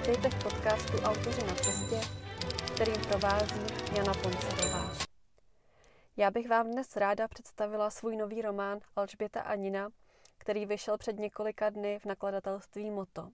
Vítejte v podcastu Autoři na cestě, kterým provází Jana Poncerová. Já bych vám dnes ráda představila svůj nový román Alžběta a Nina, který vyšel před několika dny v nakladatelství Moto.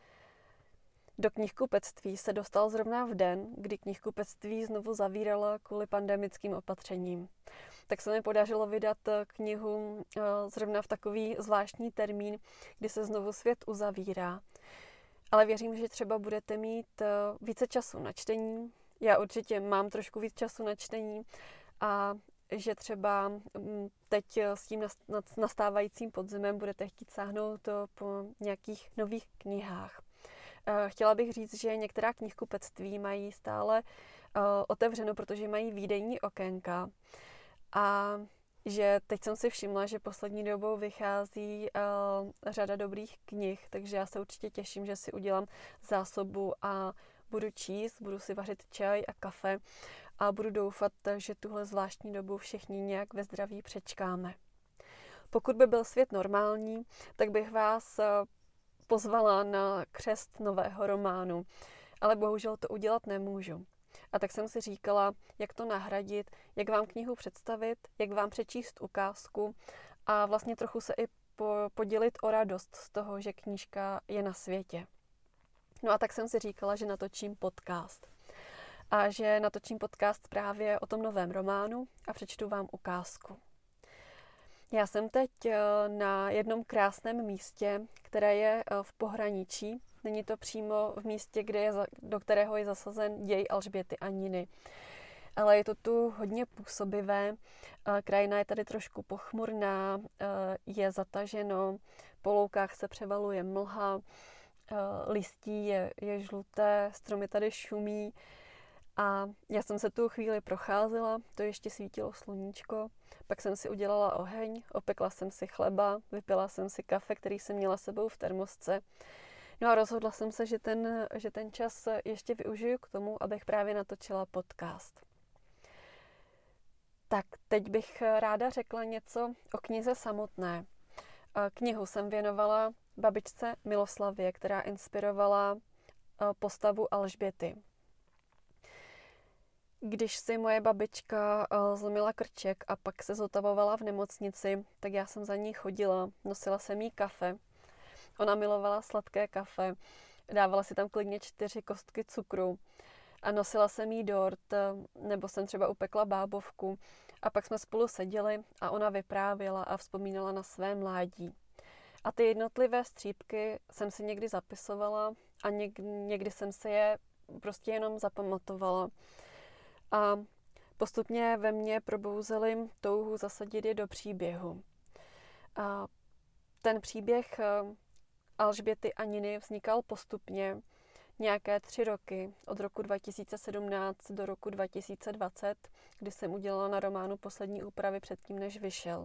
Do knihkupectví se dostal zrovna v den, kdy knihkupectví znovu zavíralo kvůli pandemickým opatřením. Tak se mi podařilo vydat knihu zrovna v takový zvláštní termín, kdy se znovu svět uzavírá. Ale věřím, že třeba budete mít více času na čtení. Já určitě mám trošku víc času na čtení a že třeba teď s tím nastávajícím podzimem budete chtít sáhnout po nějakých nových knihách. Chtěla bych říct, že některá knihkupectví mají stále otevřeno, protože mají výdejní okénka a že teď jsem si všimla, že poslední dobou vychází řada dobrých knih, takže já se určitě těším, že si udělám zásobu a budu číst, budu si vařit čaj a kafe a budu doufat, že tuhle zvláštní dobu všichni nějak ve zdraví přečkáme. Pokud by byl svět normální, tak bych vás pozvala na křest nového románu, ale bohužel to udělat nemůžu. A tak jsem si říkala, jak to nahradit, jak vám knihu představit, jak vám přečíst ukázku a vlastně trochu se i podělit o radost z toho, že knížka je na světě. No a tak jsem si říkala, že natočím podcast. A že natočím podcast právě o tom novém románu a přečtu vám ukázku. Já jsem teď na jednom krásném místě, které je v pohraničí. Není to přímo v místě, do kterého je zasazen děj Alžběty a Niny. Ale je to tu hodně působivé. Krajina je tady trošku pochmurná, je zataženo, po loukách se převaluje mlha, listí je žluté, stromy tady šumí. A já jsem se tu chvíli procházela, to ještě svítilo sluníčko, pak jsem si udělala oheň, opekla jsem si chleba, vypila jsem si kafe, který jsem měla sebou v termosce. No a rozhodla jsem se, že ten čas ještě využiju k tomu, abych právě natočila podcast. Tak teď bych ráda řekla něco o knize samotné. Knihu jsem věnovala babičce Miloslavě, která inspirovala postavu Alžběty. Když si moje babička zlomila krček a pak se zotavovala v nemocnici, tak já jsem za ní chodila, nosila jsem jí kafe. Ona milovala sladké kafe, dávala si tam klidně 4 kostky cukru a nosila jsem jí dort, nebo jsem třeba upekla bábovku a pak jsme spolu seděli a ona vyprávěla a vzpomínala na své mládí. A ty jednotlivé střípky jsem si někdy zapisovala a někdy jsem si je prostě jenom zapamatovala. A postupně ve mně probouzely touhu zasadit je do příběhu. A ten příběh Alžběty a Niny vznikal postupně nějaké 3 roky, od roku 2017 do roku 2020, kdy jsem udělala na románu poslední úpravy předtím, než vyšel.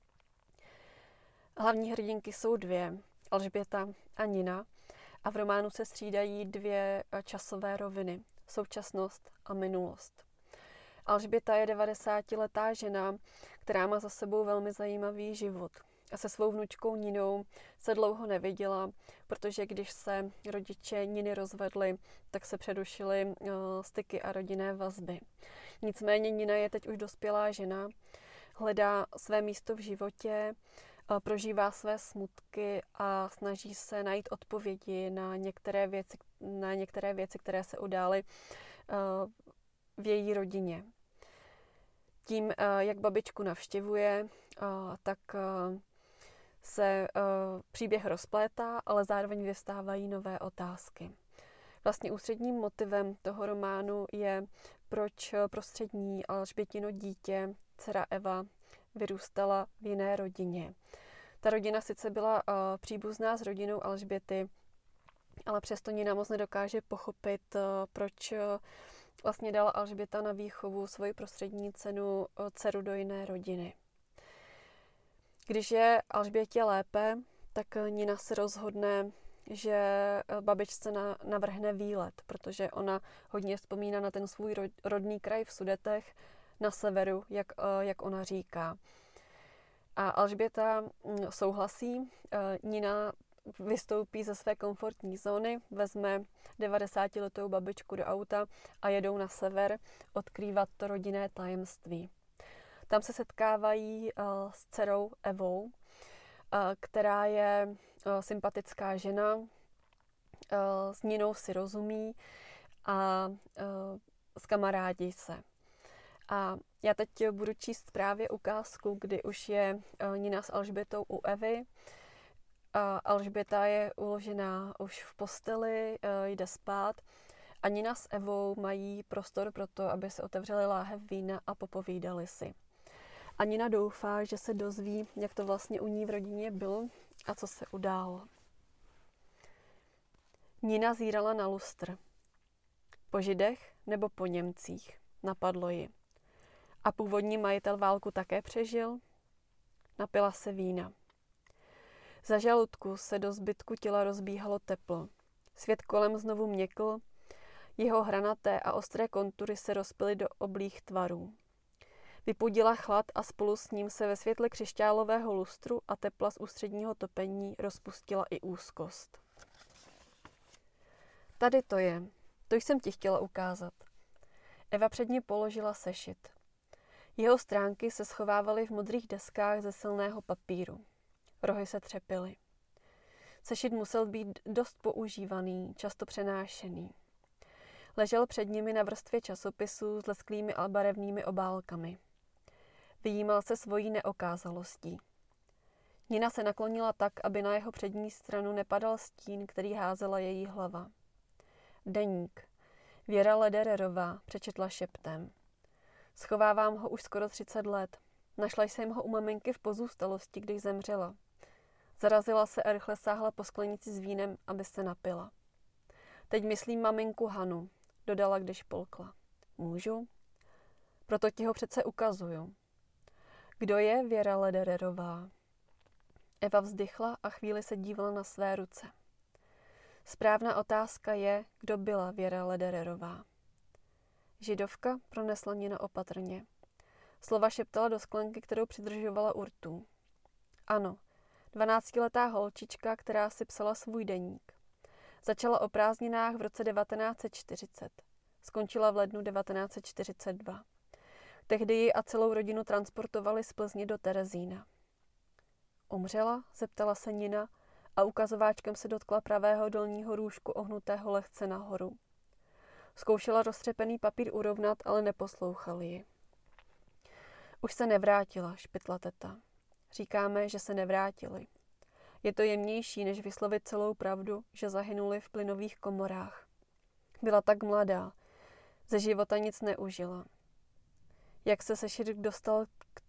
Hlavní hrdinky jsou 2, Alžběta a Nina, a v románu se střídají 2 časové roviny, současnost a minulost. Alžběta je 90letá žena, která má za sebou velmi zajímavý život. A se svou vnučkou Ninou se dlouho neviděla, protože když se rodiče Niny rozvedli, tak se přerušily styky a rodinné vazby. Nicméně Nina je teď už dospělá žena, hledá své místo v životě, prožívá své smutky a snaží se najít odpovědi na některé věci, které se udály v její rodině. Tím, jak babičku navštěvuje, tak se příběh rozplétá, ale zároveň vyvstávají nové otázky. Vlastně ústředním motivem toho románu je, proč prostřední Alžbětino dítě, dcera Eva, vyrůstala v jiné rodině. Ta rodina sice byla příbuzná s rodinou Alžběty, ale přesto Nina moc nedokáže pochopit, proč vlastně dala Alžběta na výchovu svoji prostřední dceru do jiné rodiny. Když je Alžbětě lépe, tak Nina se rozhodne, že babičce navrhne výlet, protože ona hodně vzpomíná na ten svůj rodný kraj v Sudetech na severu, jak ona říká. A Alžběta souhlasí. Nina vystoupí ze své komfortní zóny, vezme 90letou babičku do auta a jedou na sever odkrývat to rodinné tajemství. Tam se setkávají s dcerou Evou, která je sympatická žena, s Ninou si rozumí a skamarádí se. A já teď budu číst právě ukázku, kdy už je Nina s Alžbětou u Evy. Alžběta je uložená už v posteli, jde spát a Nina s Evou mají prostor pro to, aby se otevřeli láhev vína a popovídali si. A Nina doufá, že se dozví, jak to vlastně u ní v rodině bylo a co se událo. Nina zírala na lustr. Po Židech nebo po Němcích, napadlo ji. A původní majitel válku také přežil? Napila se vína. Za žaludku se do zbytku těla rozbíhalo teplo. Svět kolem znovu měkl, jeho hranaté a ostré kontury se rozpily do oblých tvarů. Vypudila chlad a spolu s ním se ve světle křišťálového lustru a tepla z ústředního topení rozpustila i úzkost. Tady to je. To jsem ti chtěla ukázat. Eva před ní položila sešit. Jeho stránky se schovávaly v modrých deskách ze silného papíru. Rohy se třepily. Sešit musel být dost používaný, často přenášený. Ležel před nimi na vrstvě časopisů s lesklými a barevnými obálkami. Vyjímal se svojí neokázalostí. Nina se naklonila tak, aby na jeho přední stranu nepadal stín, který házela její hlava. Deník. Věra Ledererová, přečetla šeptem. Schovávám ho už skoro 30 let. Našla jsem ho u maminky v pozůstalosti, když zemřela. Zarazila se a rychle sáhla po sklenici s vínem, aby se napila. Teď myslím maminku Hanu, dodala, když polkla. Můžu? Proto ti ho přece ukazuju. Kdo je Věra Ledererová? Eva vzdychla a chvíli se dívala na své ruce. Správná otázka je, kdo byla Věra Ledererová. Židovka, pronesla Nina opatrně. Slova šeptala do sklenky, kterou přidržovala u rtů. Ano, 12letá holčička, která si psala svůj deník. Začala o prázdninách v roce 1940. Skončila v lednu 1942. Tehdy ji a celou rodinu transportovali z Plzně do Terezína. Umřela? Zeptala se Nina a ukazováčkem se dotkla pravého dolního růžku ohnutého lehce nahoru. Zkoušela roztřepený papír urovnat, ale neposlouchali ji. Už se nevrátila, špitla teta. Říkáme, že se nevrátili. Je to jemnější, než vyslovit celou pravdu, že zahynuli v plynových komorách. Byla tak mladá, ze života nic neužila. Jak se Sešit dostal k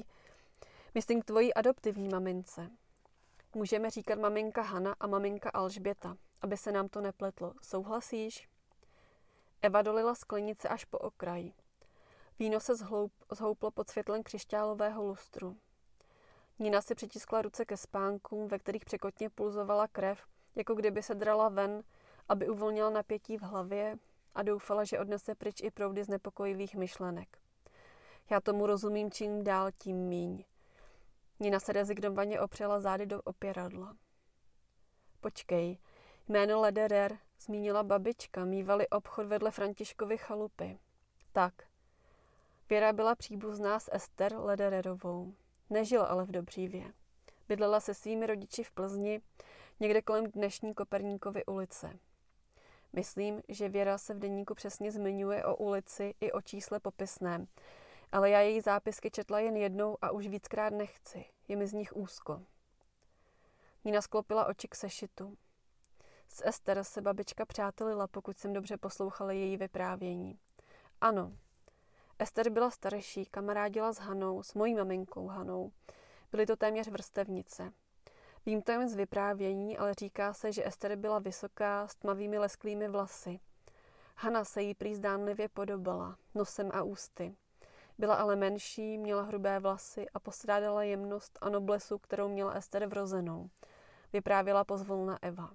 tvojí adoptivní mamince? Můžeme říkat maminka Hana a maminka Alžběta, aby se nám to nepletlo. Souhlasíš? Eva dolila sklenice až po okraj. Víno se zhouplo pod světlem křišťálového lustru. Nina si přitiskla ruce ke spánkům, ve kterých překotně pulzovala krev, jako kdyby se drala ven, aby uvolnila napětí v hlavě a doufala, že odnese pryč i proudy znepokojivých myšlenek. Já tomu rozumím čím dál, tím míň. Nina se rezignovaně opřela zády do opěradla. Počkej, jméno Lederer zmínila babička, mívali obchod vedle Františkovy chalupy. Tak. Věra byla příbuzná s Ester Ledererovou. Nežila ale v Dobřívě. Bydlela se svými rodiči v Plzni, někde kolem dnešní Koperníkovy ulice. Myslím, že Věra se v deníku přesně zmiňuje o ulici i o čísle popisném, ale já její zápisky četla jen jednou a už víckrát nechci. Je mi z nich úzko. Nina sklopila oči k sešitu. S Ester se babička přátelila, pokud jsem dobře poslouchala její vyprávění. Ano. Ester byla starší, kamarádila s Hanou, s mojí maminkou Hanou. Byly to téměř vrstevnice. Vím to jen z vyprávění, ale říká se, že Ester byla vysoká, s tmavými lesklými vlasy. Hana se jí prý zdánlivě podobala, nosem a ústy. Byla ale menší, měla hrubé vlasy a postrádala jemnost a noblesu, kterou měla Ester vrozenou. Vyprávěla pozvolna Eva.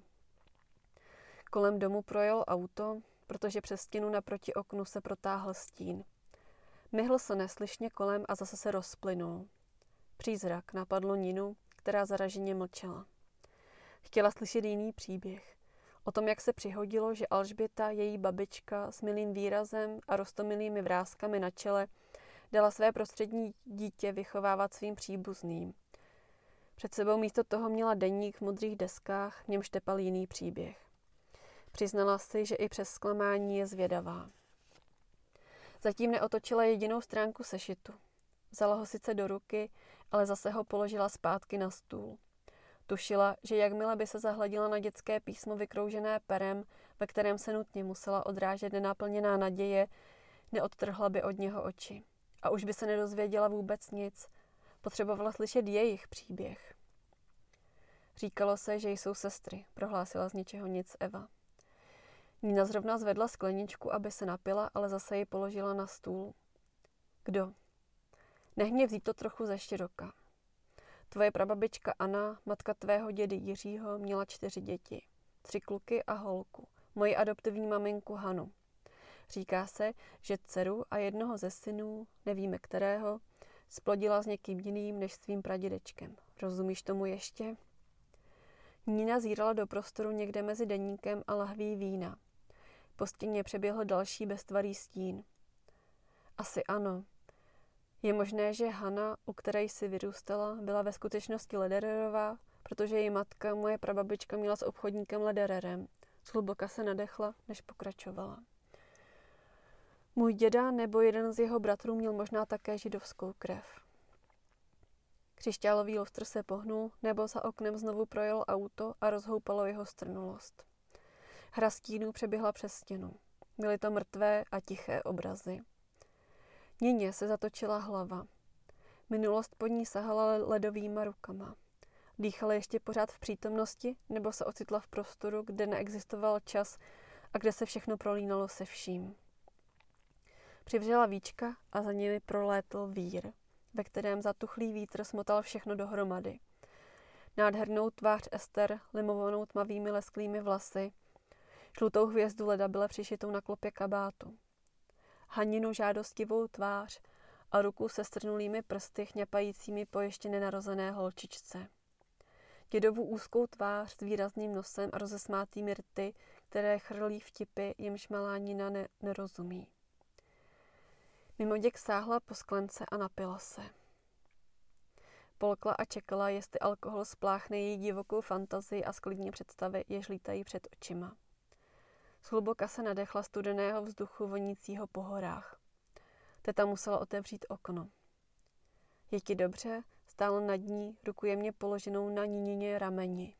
Kolem domu projelo auto, protože přes stěnu naproti oknu se protáhl stín. Myhl se neslyšně kolem a zase se rozplynul. Přízrak napadlo Ninu, která zaraženě mlčela. Chtěla slyšet jiný příběh. O tom, jak se přihodilo, že Alžběta, její babička, s milým výrazem a roztomilými vrázkami na čele, dala své prostřední dítě vychovávat svým příbuzným. Před sebou místo toho měla deník v modrých deskách, v němž tepal jiný příběh. Přiznala si, že i přes zklamání je zvědavá. Zatím neotočila jedinou stránku sešitu. Vzala ho sice do ruky, ale zase ho položila zpátky na stůl. Tušila, že jakmile by se zahleděla na dětské písmo vykroužené perem, ve kterém se nutně musela odrážet nenaplněná naděje, neodtrhla by od něho oči. A už by se nedozvěděla vůbec nic. Potřebovala slyšet jejich příběh. Říkalo se, že jsou sestry, prohlásila z ničeho nic Eva. Nina zrovna zvedla skleničku, aby se napila, ale zase ji položila na stůl. Kdo? Nech mě vzít to trochu ze široka. Tvoje prababička Anna, matka tvého dědy Jiřího, měla 4 děti. 3 kluky a holku. Moji adoptivní maminku Hanu. Říká se, že dceru a jednoho ze synů, nevíme kterého, splodila s někým jiným než svým pradědečkem. Rozumíš tomu ještě? Nina zírala do prostoru někde mezi deníkem a lahví vína. Po stěně přeběhl další beztvarý stín. Asi ano. Je možné, že Hana, u které jsi vyrůstala, byla ve skutečnosti Ledererová, protože její matka, moje prababička, měla s obchodníkem Ledererem. Zhluboka se nadechla, než pokračovala. Můj děda nebo jeden z jeho bratrů měl možná také židovskou krev. Křišťálový lustr se pohnul, nebo za oknem znovu projelo auto a rozhoupalo jeho strnulost. Hra stínů přeběhla přes stěnu. Byly to mrtvé a tiché obrazy. Nině se zatočila hlava. Minulost pod ní sahala ledovýma rukama. Dýchala ještě pořád v přítomnosti, nebo se ocitla v prostoru, kde neexistoval čas a kde se všechno prolínalo se vším. Přivřela víčka a za nimi prolétl vír, ve kterém zatuchlý vítr smotal všechno dohromady. Nádhernou tvář Ester, limovanou tmavými lesklými vlasy, žlutou hvězdu leda byla přišitou na klopě kabátu. Haninu žádostivou tvář a ruku se strnulými prsty chňapajícími po ještě nenarozené holčičce. Dědovu úzkou tvář s výrazným nosem a rozesmátými rty, které chrlí vtipy, jimž malá Nina nerozumí. Mimoděk sáhla po sklence a napila se. Polkla a čekala, jestli alkohol spláchne její divokou fantazii a sklidní představy, jež lítají před očima. Zhluboka se nadechla studeného vzduchu vonícího po horách. Teta musela otevřít okno. Je ti dobře? Stála nad ní, ruku jemně položenou na Ninině rameni.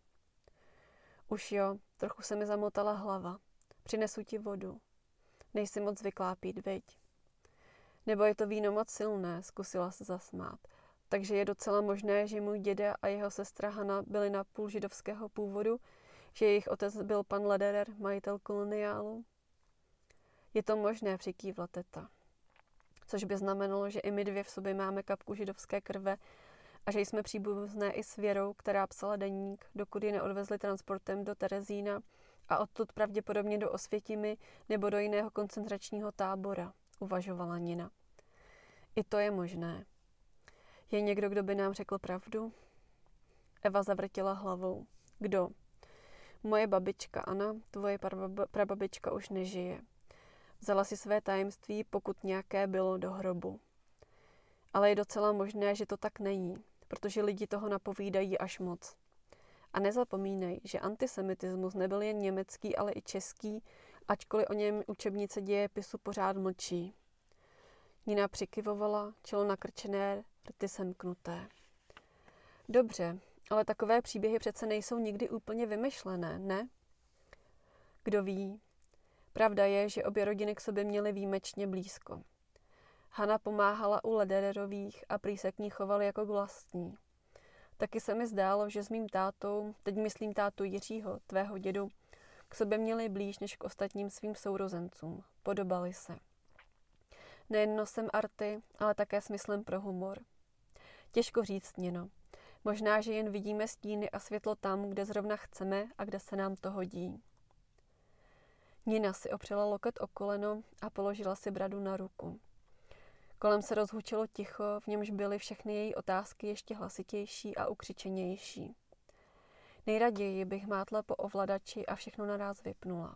Už jo, trochu se mi zamotala hlava. Přinesu ti vodu. Nejsi moc zvyklá pít, viď? Nebo je to víno moc silné, zkusila se zasmát. Takže je docela možné, že můj děda a jeho sestra Hana byli napůl židovského původu, že jejich otec byl pan Lederer, majitel koloniálu? Je to možné, přikývla teta. Což by znamenalo, že i my dvě v sobě máme kapku židovské krve a že jsme příbuzné i s Věrou, která psala deník, dokud ji neodvezli transportem do Terezína a odtud pravděpodobně do Osvětimi nebo do jiného koncentračního tábora, uvažovala Nina. I to je možné. Je někdo, kdo by nám řekl pravdu? Eva zavrtila hlavou. Kdo? Moje babička Anna, tvoje prababička už nežije. Vzala si své tajemství, pokud nějaké bylo, do hrobu. Ale je docela možné, že to tak není, protože lidi toho napovídají až moc. A nezapomínej, že antisemitismus nebyl jen německý, ale i český, ačkoliv o něm učebnice dějepisu pořád mlčí. Nina přikyvovala, čelo nakrčené, rty semknuté. Dobře, ale takové příběhy přece nejsou nikdy úplně vymyšlené, ne? Kdo ví? Pravda je, že obě rodiny k sobě měly výjimečně blízko. Hana pomáhala u Ledererových a prý se k ní choval jako k vlastní. Taky se mi zdálo, že s mým tátou, teď myslím tátu Jiřího, tvého dědu, k sobě měli blíž než k ostatním svým sourozencům. Podobali se. Nejen nosem arty, ale také smyslem pro humor. Těžko říct, Nino. Možná, že jen vidíme stíny a světlo tam, kde zrovna chceme a kde se nám to hodí. Nina si opřela loket o koleno a položila si bradu na ruku. Kolem se rozhučilo ticho, v němž byly všechny její otázky ještě hlasitější a ukřičenější. Nejraději bych mátla po ovladači a všechno naráz vypnula.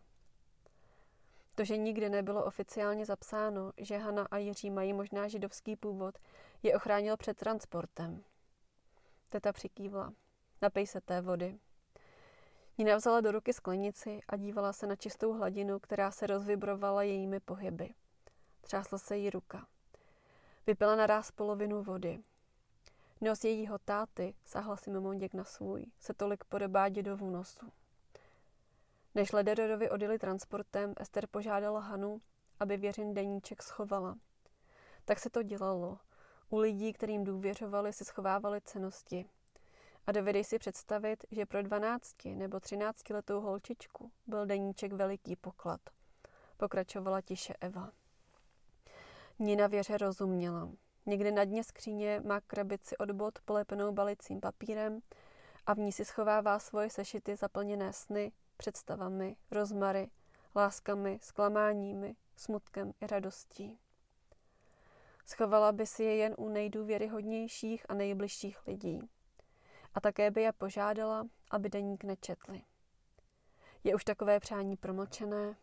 To, že nikdy nebylo oficiálně zapsáno, že Hana a Jiří mají možná židovský původ, je ochránil před transportem. Teta přikývla. Napij se té vody. Nina vzala do ruky sklenici a dívala se na čistou hladinu, která se rozvibrovala jejími pohyby. Třásla se jí ruka. Vypila naráz polovinu vody. Nos jejího táty, sáhla si Memonděk na svůj, se tolik podobá dědovu nosu. Než Ledererovi odjeli transportem, Ester požádala Hanu, aby Věřin deníček schovala. Tak se to dělalo. U lidí, kterým důvěřovali, si schovávali cennosti. A dovedej si představit, že pro 12 nebo 13letou holčičku byl deníček veliký poklad. Pokračovala tiše Eva. Nina Věře rozuměla. Někde na dně skříně má krabici od bot polepenou balicím papírem a v ní si schovává svoje sešity zaplněné sny, představami, rozmary, láskami, zklamáními, smutkem i radostí. Schovala by si je jen u nejdůvěryhodnějších a nejbližších lidí. A také by je požádala, aby deník nečetli. Je už takové přání promlčené?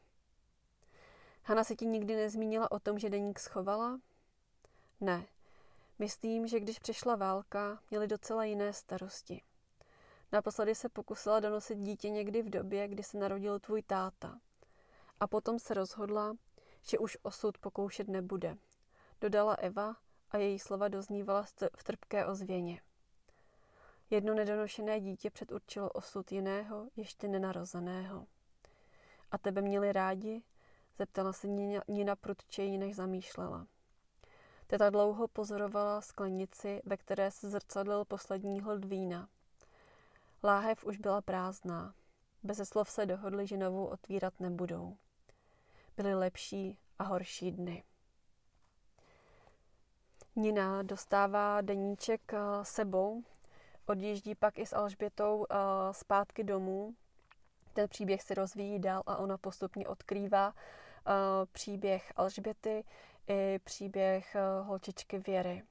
Hana se ti nikdy nezmínila o tom, že deník schovala? Ne. Myslím, že když přišla válka, měli docela jiné starosti. Naposledy se pokusila donosit dítě někdy v době, kdy se narodil tvůj táta. A potom se rozhodla, že už osud pokoušet nebude. Dodala Eva a její slova doznívala v trpké ozvěně. Jedno nedonošené dítě předurčilo osud jiného, ještě nenarozeného. A tebe měli rádi? Zeptala se Nina prudčeji, než zamýšlela. Teta dlouho pozorovala sklenici, ve které se zrcadlil poslední hled vína. Láhev už byla prázdná. Beze slov se dohodli, že novou otvírat nebudou. Byly lepší a horší dny. Nina dostává deníček sebou, odjíždí pak i s Alžbětou zpátky domů. Ten příběh se rozvíjí dál a ona postupně odkrývá příběh Alžběty i příběh holčičky Věry.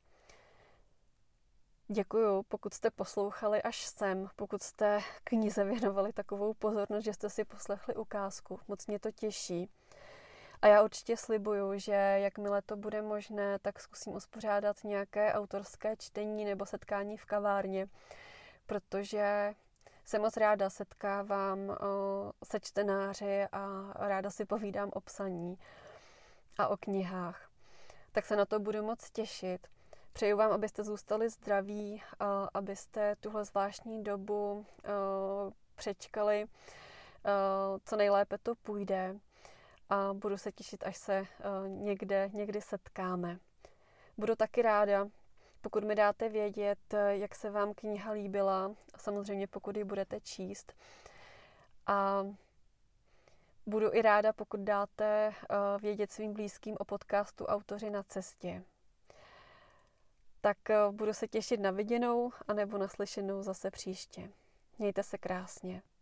Děkuju, pokud jste poslouchali až sem, pokud jste knize věnovali takovou pozornost, že jste si poslechli ukázku. Moc mě to těší. A já určitě slibuju, že jakmile to bude možné, tak zkusím uspořádat nějaké autorské čtení nebo setkání v kavárně, protože se moc ráda setkávám se čtenáři a ráda si povídám o psaní a o knihách. Tak se na to budu moc těšit. Přeju vám, abyste zůstali zdraví, abyste tuhle zvláštní dobu přečkali, co nejlépe to půjde. A budu se těšit, až se někdy setkáme. Budu taky ráda, pokud mi dáte vědět, jak se vám kniha líbila, samozřejmě pokud ji budete číst. A budu i ráda, pokud dáte vědět svým blízkým o podcastu Autoři na cestě. Tak budu se těšit na viděnou anebo naslyšenou zase příště. Mějte se krásně.